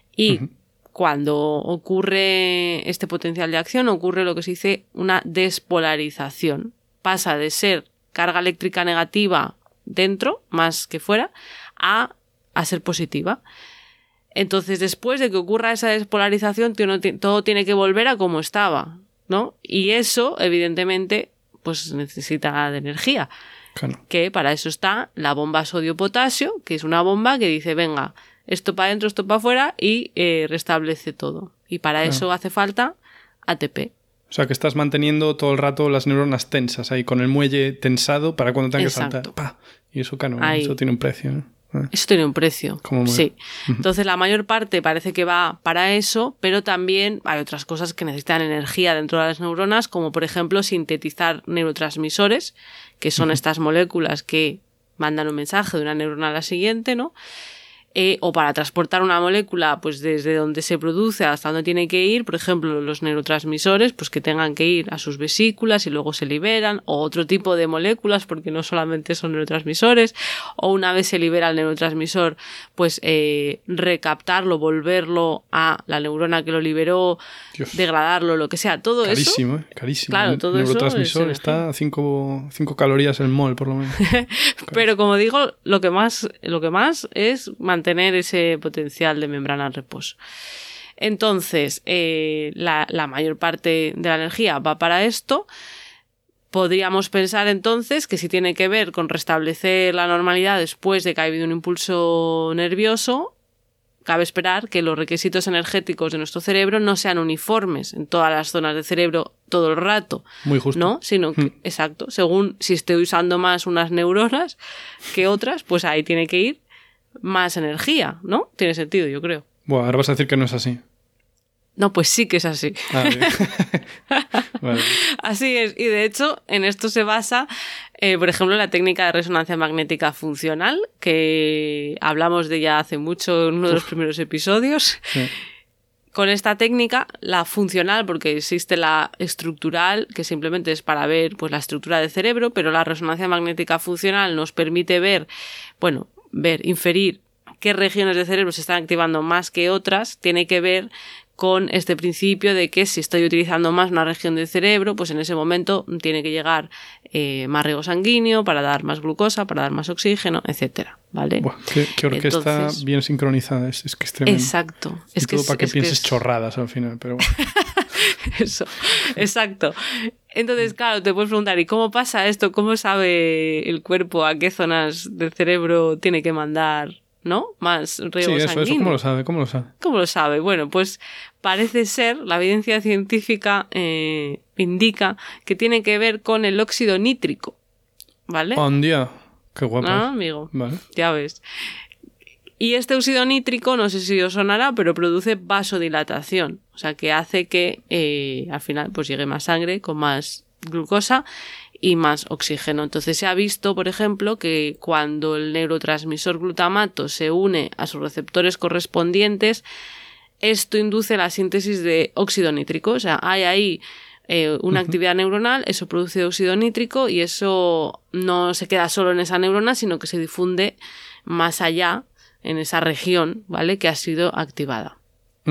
Y cuando ocurre este potencial de acción, ocurre lo que se dice una despolarización. Pasa de ser carga eléctrica negativa dentro, más que fuera, a ser positiva. Entonces, después de que ocurra esa despolarización, todo tiene que volver a como estaba, ¿no? Y eso, evidentemente, pues necesita de energía. Claro. Que para eso está la bomba sodio-potasio, que es una bomba que dice, venga, esto para adentro, esto para afuera, y restablece todo. Y para eso hace falta ATP. O sea, que estás manteniendo todo el rato las neuronas tensas, ahí con el muelle tensado para cuando tengas que saltar. ¡Pah! Y eso, claro, eso tiene un precio, ¿no? Eso tiene un precio, sí. Entonces la mayor parte parece que va para eso, pero también hay otras cosas que necesitan energía dentro de las neuronas, como por ejemplo sintetizar neurotransmisores, que son estas moléculas que mandan un mensaje de una neurona a la siguiente, ¿no? O para transportar una molécula pues desde donde se produce hasta donde tiene que ir, por ejemplo los neurotransmisores pues que tengan que ir a sus vesículas y luego se liberan, o otro tipo de moléculas porque no solamente son neurotransmisores, o una vez se libera el neurotransmisor pues recaptarlo, volverlo a la neurona que lo liberó, Dios, degradarlo, lo que sea, todo carísimo, eso carísimo. Claro, todo el neurotransmisor eso está a 5 calorías el mol por lo menos. Pero como digo, lo que más es mantener ese potencial de membrana en reposo. Entonces, la mayor parte de la energía va para esto. Podríamos pensar entonces que si tiene que ver con restablecer la normalidad después de que ha habido un impulso nervioso, cabe esperar que los requisitos energéticos de nuestro cerebro no sean uniformes en todas las zonas del cerebro todo el rato. Muy justo. ¿No? Sino que, exacto, según si estoy usando más unas neuronas que otras, pues ahí tiene que ir más energía, ¿no? Tiene sentido, yo creo. Bueno, ahora vas a decir que no es así. No, pues sí que es así. Vale. Así es. Y de hecho, en esto se basa, por ejemplo, la técnica de resonancia magnética funcional, que hablamos de ella hace mucho en uno de los primeros episodios. Sí. Con esta técnica, la funcional, porque existe la estructural, que simplemente es para ver pues, la estructura del cerebro, pero la resonancia magnética funcional nos permite inferir qué regiones del cerebro se están activando más que otras. Tiene que ver con este principio de que si estoy utilizando más una región del cerebro, pues en ese momento tiene que llegar más riego sanguíneo para dar más glucosa, para dar más oxígeno, etcétera, ¿vale? Buah, qué orquesta. Entonces, bien sincronizada, es que es tremendo. Exacto. Y todo para que pienses chorradas al final, pero bueno. Eso, exacto. Entonces, claro, te puedes preguntar, ¿y cómo pasa esto? ¿Cómo sabe el cuerpo a qué zonas del cerebro tiene que mandar, ¿no? Más riego sanguíneo? Eso, ¿cómo lo sabe? ¿Cómo lo sabe? Bueno, pues parece ser, la evidencia científica indica que tiene que ver con el óxido nítrico, ¿vale? ¡Un día! ¡Qué guapo! Ah, amigo, vale. Ya ves. Y este óxido nítrico, no sé si os sonará, pero produce vasodilatación, o sea que hace que al final pues llegue más sangre con más glucosa y más oxígeno. Entonces se ha visto, por ejemplo, que cuando el neurotransmisor glutamato se une a sus receptores correspondientes, esto induce la síntesis de óxido nítrico. O sea, hay ahí una actividad neuronal, eso produce óxido nítrico y eso no se queda solo en esa neurona, sino que se difunde más allá en esa región, ¿vale?, que ha sido activada.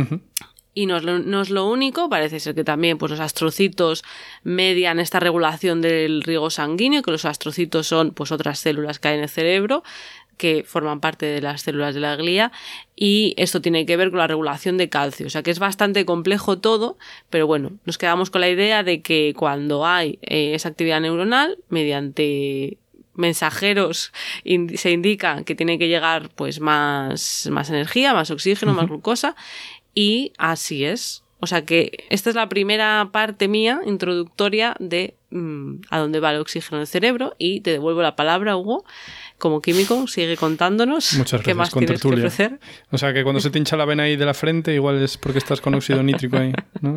Y no es lo único, parece ser que también pues, los astrocitos median esta regulación del riego sanguíneo, que los astrocitos son pues, otras células que hay en el cerebro, que forman parte de las células de la glía, y esto tiene que ver con la regulación de calcio. O sea que es bastante complejo todo, pero bueno, nos quedamos con la idea de que cuando hay esa actividad neuronal, mediante mensajeros se indica que tiene que llegar pues más energía, más oxígeno, más glucosa, y así es. O sea que esta es la primera parte mía introductoria de a dónde va el oxígeno del cerebro, y te devuelvo la palabra, Hugo. Como químico, sigue contándonos. Muchas gracias, qué más tienes que ofrecer. O sea que cuando se te hincha la vena ahí de la frente, igual es porque estás con óxido nítrico ahí, ¿no?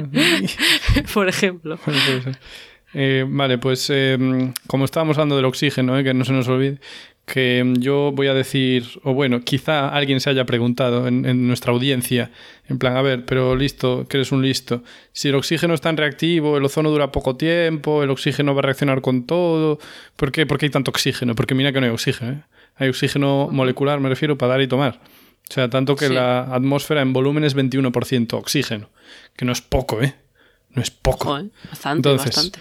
Por ejemplo. Bueno, puede ser. Vale, pues como estábamos hablando del oxígeno, que no se nos olvide, que yo voy a decir, o bueno, quizá alguien se haya preguntado en nuestra audiencia, en plan, a ver, pero listo, que eres un listo, si el oxígeno es tan reactivo, el ozono dura poco tiempo, el oxígeno va a reaccionar con todo, ¿por qué hay tanto oxígeno? Porque mira que no hay oxígeno, ¿eh? Hay oxígeno molecular, me refiero, para dar y tomar. O sea, tanto que la atmósfera en volumen es 21% oxígeno, que no es poco, ¿eh? No es poco. Joder, bastante.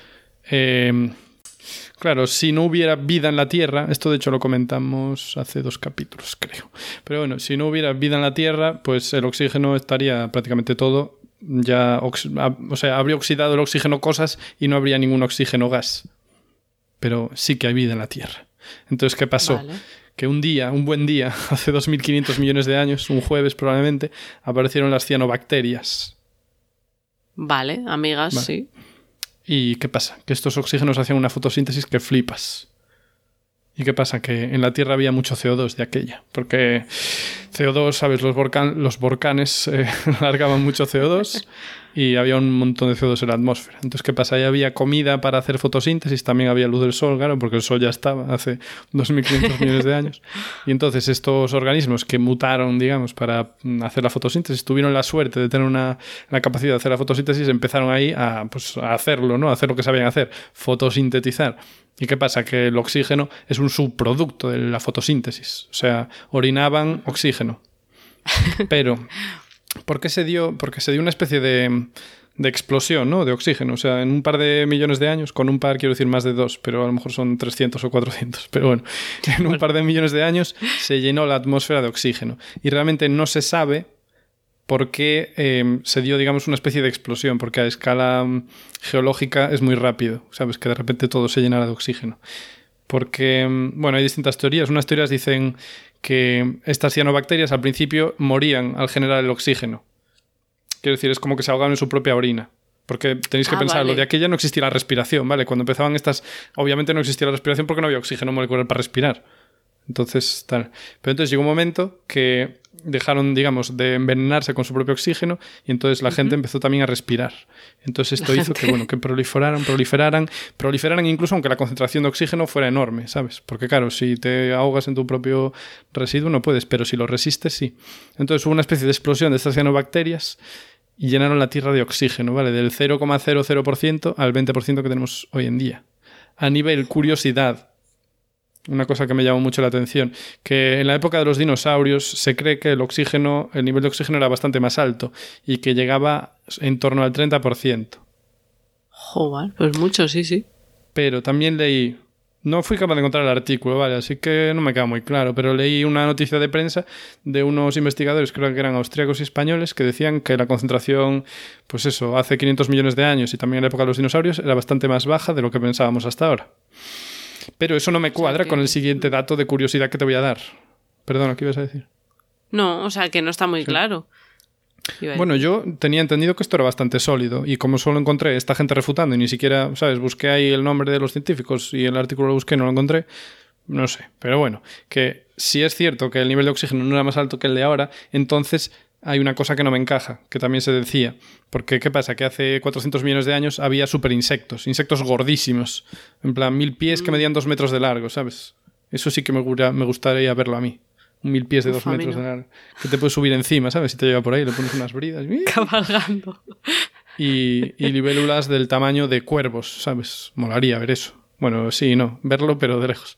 Claro, si no hubiera vida en la Tierra, esto de hecho lo comentamos hace 2 capítulos, creo. Pero bueno, si no hubiera vida en la Tierra, pues el oxígeno estaría prácticamente todo ya... O sea, habría oxidado el oxígeno cosas y no habría ningún oxígeno gas. Pero sí que hay vida en la Tierra. Entonces, ¿qué pasó? Vale. Que un buen día, hace 2.500 millones de años, un jueves probablemente, aparecieron las cianobacterias. Vale, amigas, vale. Sí. ¿Y qué pasa? Que estos oxígenos hacían una fotosíntesis que flipas. ¿Y qué pasa? Que en la Tierra había mucho CO2 de aquella. Porque CO2, ¿sabes? Los volcanes largaban mucho CO2 y había un montón de CO2 en la atmósfera. Entonces, ¿qué pasa? Ahí había comida para hacer fotosíntesis, también había luz del sol, claro, porque el sol ya estaba hace 2.500 millones de años. Y entonces estos organismos que mutaron, digamos, para hacer la fotosíntesis, tuvieron la suerte de tener la capacidad de hacer la fotosíntesis, empezaron ahí a hacerlo, ¿no? A hacer lo que sabían hacer, fotosintetizar. ¿Y qué pasa? Que el oxígeno es un subproducto de la fotosíntesis. O sea, orinaban oxígeno. Pero, ¿por qué se dio? Porque se dio una especie de explosión, ¿no? De oxígeno. O sea, en un par de millones de años, con un par quiero decir más de 2, pero a lo mejor son 300 o 400. Pero bueno, en un par de millones de años se llenó la atmósfera de oxígeno. Y realmente no se sabe por qué se dio, digamos, una especie de explosión, porque a escala geológica es muy rápido, ¿sabes? Que de repente todo se llenara de oxígeno. Porque, bueno, hay distintas teorías. Unas teorías dicen que estas cianobacterias al principio morían al generar el oxígeno. Quiero decir, es como que se ahogaban en su propia orina. Porque tenéis que pensar, vale. Lo de aquella no existía la respiración, ¿vale? Cuando empezaban estas, obviamente no existía la respiración porque no había oxígeno molecular para respirar. Entonces, tal. Pero entonces llegó un momento que dejaron, digamos, de envenenarse con su propio oxígeno y entonces la gente empezó también a respirar. Entonces esto hizo que, bueno, que proliferaran incluso aunque la concentración de oxígeno fuera enorme, ¿sabes? Porque claro, si te ahogas en tu propio residuo no puedes, pero si lo resistes, sí. Entonces hubo una especie de explosión de estas cianobacterias y llenaron la Tierra de oxígeno, ¿vale? Del 0,00% al 20% que tenemos hoy en día. A nivel curiosidad, una cosa que me llamó mucho la atención, que en la época de los dinosaurios se cree que el nivel de oxígeno era bastante más alto y que llegaba en torno al 30%. Joder, pues mucho, sí. Pero también leí, no fui capaz de encontrar el artículo, ¿vale? Así que no me queda muy claro, pero leí una noticia de prensa de unos investigadores, creo que eran austríacos y españoles, que decían que la concentración, pues eso, hace 500 millones de años y también en la época de los dinosaurios era bastante más baja de lo que pensábamos hasta ahora. Pero eso no me cuadra con el siguiente dato de curiosidad que te voy a dar. Perdona, ¿qué ibas a decir? No, o sea, que no está muy claro. Bueno, yo tenía entendido que esto era bastante sólido y como solo encontré esta gente refutando y ni siquiera, ¿sabes? Busqué ahí el nombre de los científicos y el artículo lo busqué y no lo encontré, no sé. Pero bueno, que si es cierto que el nivel de oxígeno no era más alto que el de ahora, entonces hay una cosa que no me encaja, que también se decía. Porque, ¿qué pasa? Que hace 400 millones de años había insectos gordísimos. En plan, 1000 pies que medían 2 metros de largo, ¿sabes? Eso sí que me gustaría verlo a mí. 1000 pies de 2 metros de largo. Que te puedes subir encima, ¿sabes? Si te lleva por ahí, le pones unas bridas. Cabalgando. Y libélulas del tamaño de cuervos, ¿sabes? Molaría ver eso. Bueno, sí, no. Verlo, pero de lejos.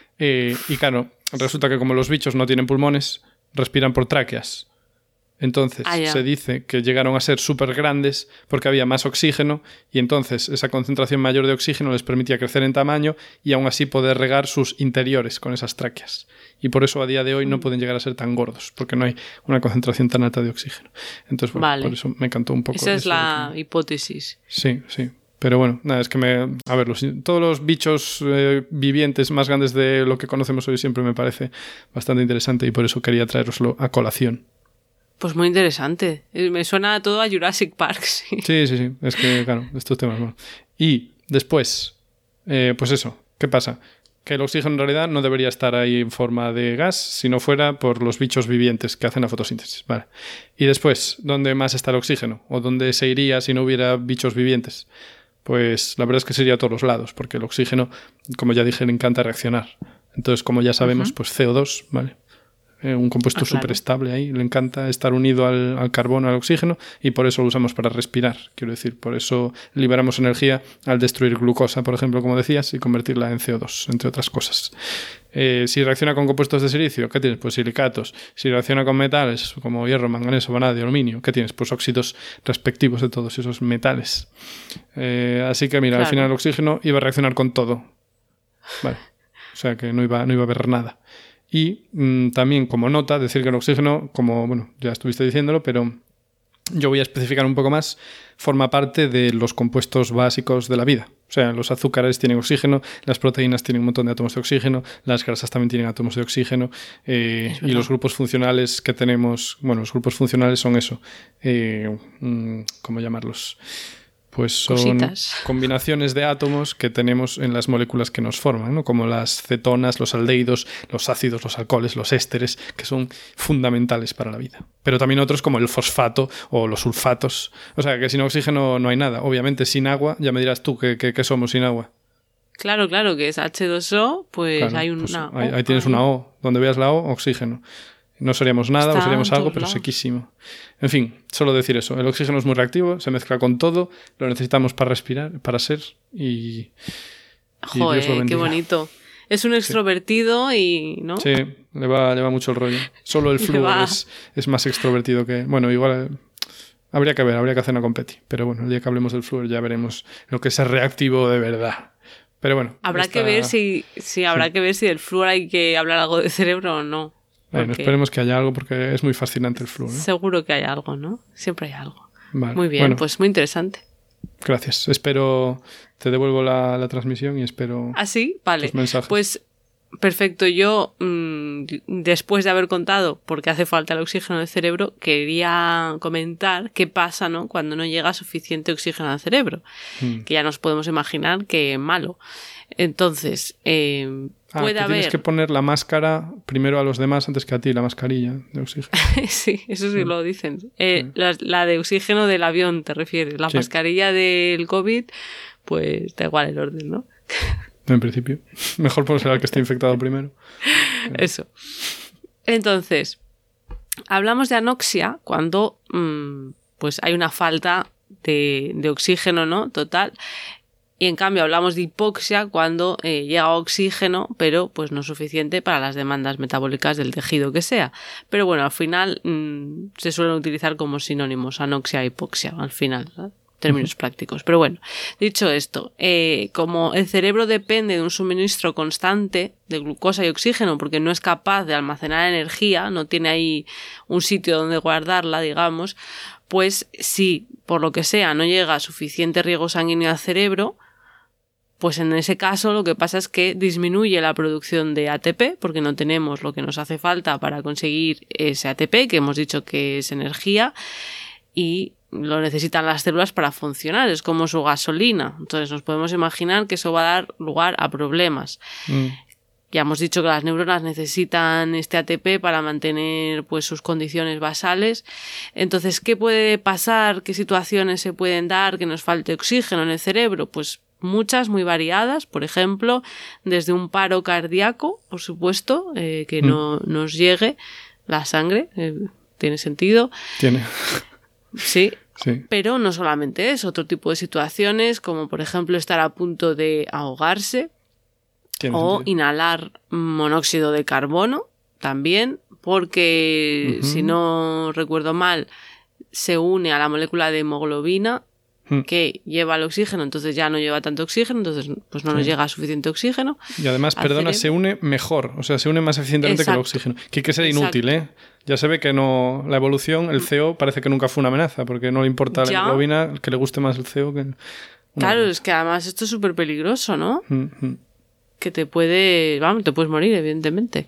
Y claro, resulta que como los bichos no tienen pulmones, respiran por tráqueas. Entonces se dice que llegaron a ser súper grandes porque había más oxígeno y entonces esa concentración mayor de oxígeno les permitía crecer en tamaño y aún así poder regar sus interiores con esas tráqueas. Y por eso a día de hoy no pueden llegar a ser tan gordos porque no hay una concentración tan alta de oxígeno. Entonces, bueno, por eso me encantó un poco. Esa es la hipótesis. Sí. Pero bueno, nada, es que todos los bichos vivientes más grandes de lo que conocemos hoy siempre me parece bastante interesante y por eso quería traeroslo a colación. Pues muy interesante. Me suena todo a Jurassic Park, sí. Sí. Es que, claro, estos temas, bueno. Y después, pues eso, ¿qué pasa? Que el oxígeno en realidad no debería estar ahí en forma de gas si no fuera por los bichos vivientes que hacen la fotosíntesis. Vale. Y después, ¿dónde más está el oxígeno? ¿O dónde se iría si no hubiera bichos vivientes? Pues la verdad es que sería a todos los lados, porque el oxígeno, como ya dije, le encanta reaccionar. Entonces, como ya sabemos, pues CO2, ¿vale? Un compuesto súper estable ahí, le encanta estar unido al carbono, al oxígeno y por eso lo usamos para respirar, quiero decir, por eso liberamos energía al destruir glucosa, por ejemplo, como decías, y convertirla en CO2, entre otras cosas. Si reacciona con compuestos de silicio, ¿qué tienes? Pues silicatos. Si reacciona con metales como hierro, manganeso, vanadio, aluminio, ¿qué tienes? Pues óxidos respectivos de todos esos metales. Así que mira, al final el oxígeno iba a reaccionar con todo. Vale. O sea que no iba a haber nada. Y también como nota, decir que el oxígeno, como bueno, ya estuviste diciéndolo, pero yo voy a especificar un poco más, forma parte de los compuestos básicos de la vida. O sea, los azúcares tienen oxígeno, las proteínas tienen un montón de átomos de oxígeno, las grasas también tienen átomos de oxígeno y los grupos funcionales que tenemos, bueno, los grupos funcionales son eso, ¿cómo llamarlos? Pues son combinaciones de átomos que tenemos en las moléculas que nos forman, ¿no? Como las cetonas, los aldehídos, los ácidos, los alcoholes, los ésteres, que son fundamentales para la vida. Pero también otros como el fosfato o los sulfatos. O sea, que sin oxígeno no hay nada. Obviamente sin agua, ya me dirás tú que somos sin agua. Claro, que es H2O, pues claro, hay una pues ahí tienes una O. Donde veas la O, oxígeno. No seríamos nada o seríamos algo, pero sequísimo. En fin, solo decir eso. El oxígeno es muy reactivo, se mezcla con todo, lo necesitamos para respirar, para ser y joder, Dios lo bendiga. Qué bonito. Es un extrovertido y... ¿no? Sí, le va mucho el rollo. Solo el flúor es más extrovertido que... Bueno, igual habría que hacer una competi. Pero bueno, el día que hablemos del flúor ya veremos lo que es ser reactivo de verdad. Pero bueno. Habrá que ver si del flúor hay que hablar algo de cerebro o no. Bueno, esperemos que haya algo porque es muy fascinante el flúor, ¿no? Seguro que hay algo, ¿no? Siempre hay algo. Vale. Muy bien, bueno, pues muy interesante. Gracias. Te devuelvo la transmisión y espero ¿Ah, sí? Vale. tus mensajes. Pues Perfecto. Yo, después de haber contado por qué hace falta el oxígeno del cerebro, quería comentar qué pasa, ¿no?, cuando no llega suficiente oxígeno al cerebro, que ya nos podemos imaginar que es malo. Entonces, puede haber... Tienes que poner la máscara primero a los demás antes que a ti, la mascarilla de oxígeno. Sí, eso sí lo dicen. La de oxígeno del avión, te refieres. La mascarilla del COVID, pues da igual el orden, ¿no? En principio. Mejor ponerse al que esté infectado primero. Eso. Entonces, hablamos de anoxia cuando pues hay una falta de oxígeno, ¿no?, total. Y en cambio hablamos de hipoxia cuando llega oxígeno, pero pues no suficiente para las demandas metabólicas del tejido que sea. Pero bueno, al final se suelen utilizar como sinónimos, anoxia e hipoxia, al final, ¿no?, términos prácticos. Pero bueno, dicho esto, como el cerebro depende de un suministro constante de glucosa y oxígeno porque no es capaz de almacenar energía, no tiene ahí un sitio donde guardarla, digamos, pues si por lo que sea no llega suficiente riego sanguíneo al cerebro, pues en ese caso lo que pasa es que disminuye la producción de ATP porque no tenemos lo que nos hace falta para conseguir ese ATP, que hemos dicho que es energía, y lo necesitan las células para funcionar, es como su gasolina. Entonces nos podemos imaginar que eso va a dar lugar a problemas. Ya hemos dicho que las neuronas necesitan este ATP para mantener pues sus condiciones basales. Entonces, ¿qué puede pasar? ¿Qué situaciones se pueden dar que nos falte oxígeno en el cerebro? Pues muchas, muy variadas. Por ejemplo, desde un paro cardíaco, por supuesto, que no nos llegue la sangre. ¿Tiene sentido? Tiene. Sí. Pero no solamente eso, otro tipo de situaciones como por ejemplo estar a punto de ahogarse o inhalar monóxido de carbono también, porque si no recuerdo mal se une a la molécula de hemoglobina que lleva el oxígeno, entonces ya no lleva tanto oxígeno, entonces pues no nos llega suficiente oxígeno. Y además, se une mejor, o sea, se une más eficientemente que el oxígeno. Que hay que ser inútil, ¿eh? Ya se ve que no, la evolución, el CO parece que nunca fue una amenaza, porque no le importa la hemoglobina, que le guste más el CO que... Claro, es que además esto es súper peligroso, ¿no? Que te puedes morir, evidentemente.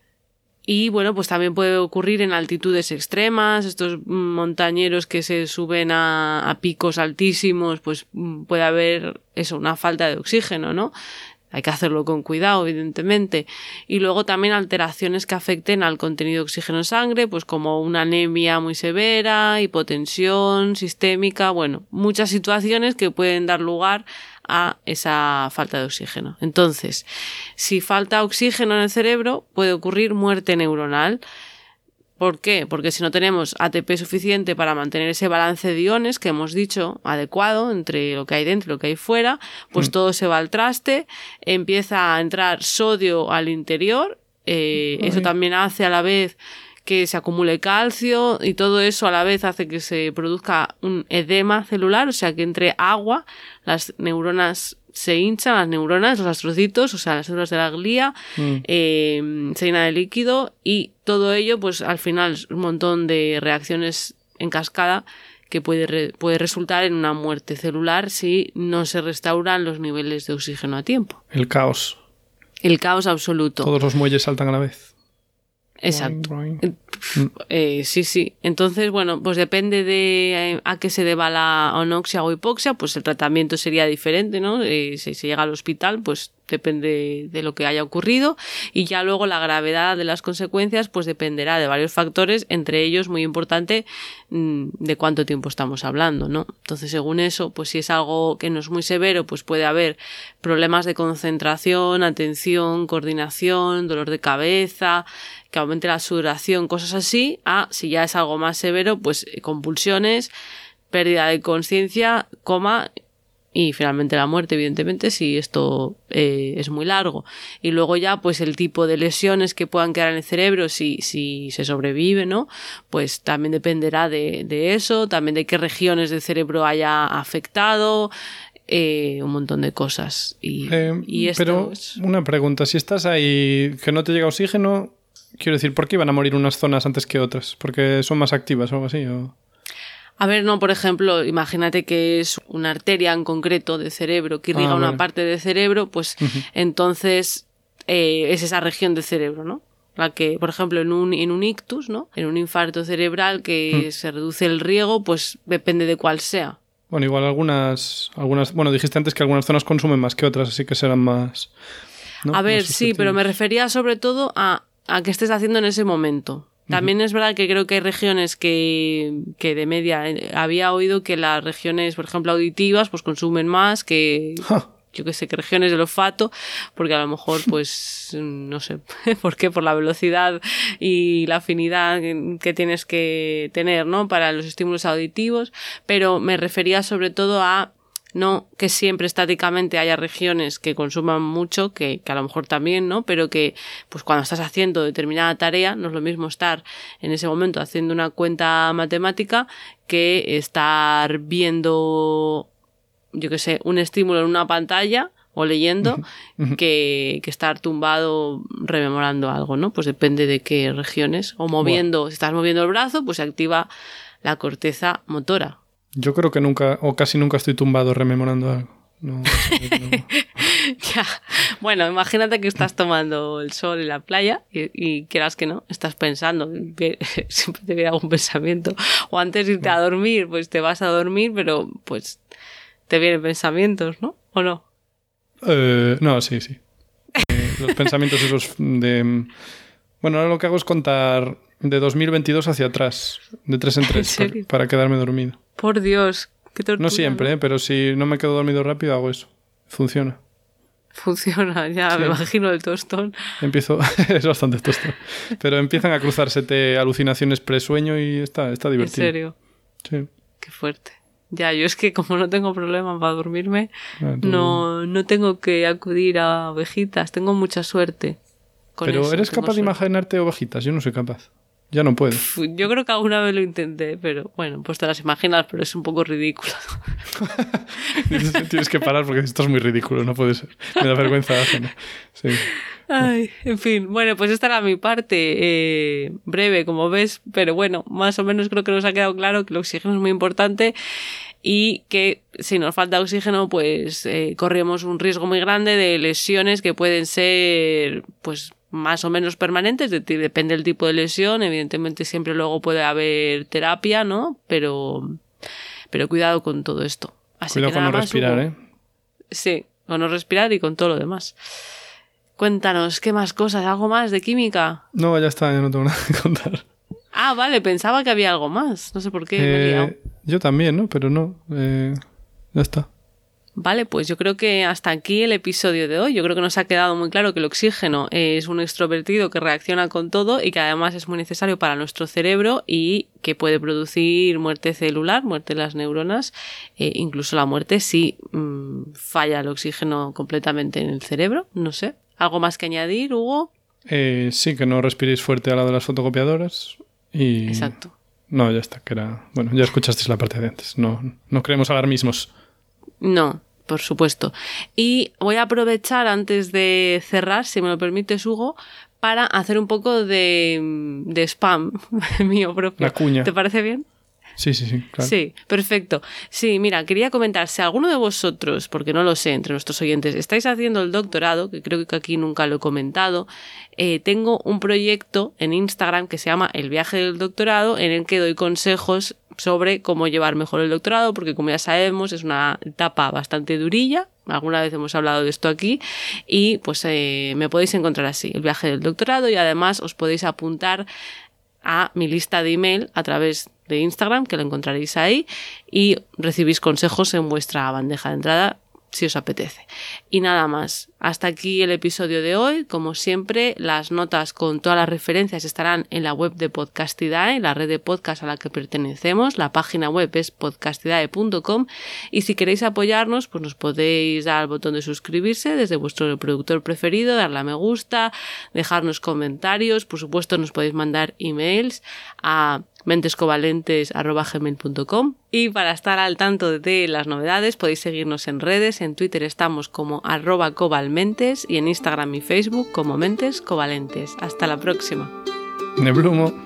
Y bueno, pues también puede ocurrir en altitudes extremas, estos montañeros que se suben a picos altísimos, pues puede haber eso, una falta de oxígeno, ¿no? Hay que hacerlo con cuidado, evidentemente. Y luego también alteraciones que afecten al contenido de oxígeno en sangre, pues como una anemia muy severa, hipotensión sistémica, bueno, muchas situaciones que pueden dar lugar a esa falta de oxígeno. Entonces, si falta oxígeno en el cerebro, puede ocurrir muerte neuronal. ¿Por qué? Porque si no tenemos ATP suficiente para mantener ese balance de iones que hemos dicho adecuado entre lo que hay dentro y lo que hay fuera, pues todo se va al traste, empieza a entrar sodio al interior, eso también hace a la vez que se acumule calcio y todo eso a la vez hace que se produzca un edema celular, o sea que entre agua, las neuronas se hinchan, las neuronas, los astrocitos, o sea, las células de la glía, se llena de líquido y todo ello, pues al final un montón de reacciones en cascada que puede resultar en una muerte celular si no se restauran los niveles de oxígeno a tiempo. El caos. El caos absoluto. Todos los muelles saltan a la vez. Exacto. Sí. Entonces, bueno, pues depende de a qué se deba la anoxia o hipoxia, pues el tratamiento sería diferente, ¿no? Si se llega al hospital, pues depende de lo que haya ocurrido y ya luego la gravedad de las consecuencias pues dependerá de varios factores, entre ellos muy importante de cuánto tiempo estamos hablando, ¿no? Entonces según eso, pues si es algo que no es muy severo, pues puede haber problemas de concentración, atención, coordinación, dolor de cabeza, que aumente la sudoración, cosas así, si ya es algo más severo, pues convulsiones, pérdida de conciencia, coma y finalmente la muerte, evidentemente, si esto es muy largo. Y luego ya, pues el tipo de lesiones que puedan quedar en el cerebro, si se sobrevive, ¿no? Pues también dependerá de eso, también de qué regiones del cerebro haya afectado, un montón de cosas. Y esto pero una pregunta, si estás ahí que no te llega oxígeno, quiero decir, ¿por qué iban a morir unas zonas antes que otras? ¿Porque son más activas o algo así? ¿O? A ver, no, por ejemplo, imagínate que es una arteria en concreto del cerebro que irriga una parte del cerebro, pues entonces es esa región del cerebro, ¿no? La que, por ejemplo, en un ictus, ¿no? En un infarto cerebral que se reduce el riego, pues depende de cuál sea. Bueno, igual algunas... Bueno, dijiste antes que algunas zonas consumen más que otras, así que serán más... ¿no? A ver, sí, pero me refería sobre todo a qué estés haciendo en ese momento. También es verdad que creo que hay regiones que de media... Había oído que las regiones, por ejemplo, auditivas, pues consumen más que... Yo qué sé, que regiones del olfato, porque a lo mejor, pues, no sé por qué, por la velocidad y la afinidad que tienes que tener, ¿no? Para los estímulos auditivos, pero me refería sobre todo a no que siempre estáticamente haya regiones que consuman mucho, que a lo mejor también, ¿no? Pero que, pues cuando estás haciendo determinada tarea, no es lo mismo estar en ese momento haciendo una cuenta matemática que estar viendo, yo qué sé, un estímulo en una pantalla o leyendo que estar tumbado rememorando algo, ¿no? Pues depende de qué regiones. O moviendo, si estás moviendo el brazo, pues se activa la corteza motora. Yo creo que nunca, o casi nunca estoy tumbado rememorando algo. No. Ya. Bueno, imagínate que estás tomando el sol en la playa y quieras que no, estás pensando, siempre te viene algún pensamiento. O antes de irte a dormir, pues te vas a dormir, pero pues te vienen pensamientos, ¿no? ¿O no? No, sí. Los pensamientos esos de... Bueno, ahora lo que hago es contar de 2022 hacia atrás, de 3 en 3, para quedarme dormido. Por Dios, qué tortura. No siempre, ¿no? Pero si no me quedo dormido rápido, hago eso. Funciona. Funciona, ya sí. Me imagino el tostón. Es bastante tostón. Pero empiezan a cruzarse alucinaciones presueño y está divertido. ¿En serio? Sí. Qué fuerte. Ya, yo es que como no tengo problema para dormirme, no tengo que acudir a ovejitas. Tengo mucha suerte. Pero eso, ¿eres capaz de imaginarte ovejitas? Yo no soy capaz. Ya no puedo. Yo creo que alguna vez lo intenté, pero bueno, pues te las imaginas, pero es un poco ridículo. Tienes que parar porque esto es muy ridículo, no puede ser. Me da vergüenza ajena. Sí. Ay, en fin, bueno, pues esta era mi parte, breve, como ves, pero bueno, más o menos creo que nos ha quedado claro que el oxígeno es muy importante y que si nos falta oxígeno, pues corremos un riesgo muy grande de lesiones que pueden ser, pues, más o menos permanentes, depende del tipo de lesión, evidentemente siempre luego puede haber terapia, ¿no? Pero cuidado con todo esto. Así cuidado que con no respirar, ¿eh? Sí, con no respirar y con todo lo demás. Cuéntanos, ¿qué más cosas? ¿Algo más de química? No, ya está, ya no tengo nada que contar. Ah, vale, pensaba que había algo más. No sé por qué, me he liado. Yo también, ¿no? Pero no, ya está. Vale, pues yo creo que hasta aquí el episodio de hoy. Yo creo que nos ha quedado muy claro que el oxígeno es un extrovertido que reacciona con todo y que además es muy necesario para nuestro cerebro y que puede producir muerte celular, muerte de las neuronas, incluso la muerte si falla el oxígeno completamente en el cerebro. No sé. ¿Algo más que añadir, Hugo? Sí, que no respiréis fuerte al lado de las fotocopiadoras y... Exacto. No, ya está, que era... Bueno, ya escuchasteis la parte de antes. No creemos alarmismos. No, por supuesto. Y voy a aprovechar antes de cerrar, si me lo permites, Hugo, para hacer un poco de spam mío propio. La cuña. ¿Te parece bien? Sí, claro. Sí, perfecto. Sí, mira, quería comentar, si alguno de vosotros, porque no lo sé, entre nuestros oyentes, estáis haciendo el doctorado, que creo que aquí nunca lo he comentado, tengo un proyecto en Instagram que se llama El Viaje del Doctorado, en el que doy consejos sobre cómo llevar mejor el doctorado, porque como ya sabemos es una etapa bastante durilla, alguna vez hemos hablado de esto aquí, y pues me podéis encontrar así, El Viaje del Doctorado, y además os podéis apuntar a mi lista de email a través de Instagram, que lo encontraréis ahí, y recibís consejos en vuestra bandeja de entrada si os apetece. Y nada más. Hasta aquí el episodio de hoy. Como siempre, las notas con todas las referencias estarán en la web de Podcastidae, la red de podcast a la que pertenecemos. La página web es podcastidae.com y si queréis apoyarnos, pues nos podéis dar al botón de suscribirse desde vuestro reproductor preferido, darle a me gusta, dejarnos comentarios. Por supuesto, nos podéis mandar emails a mentescovalentes@gmail.com y para estar al tanto de las novedades podéis seguirnos en redes. En Twitter estamos como @covalmentes y en Instagram y Facebook como Mentes Covalentes. Hasta la próxima. Neblumo.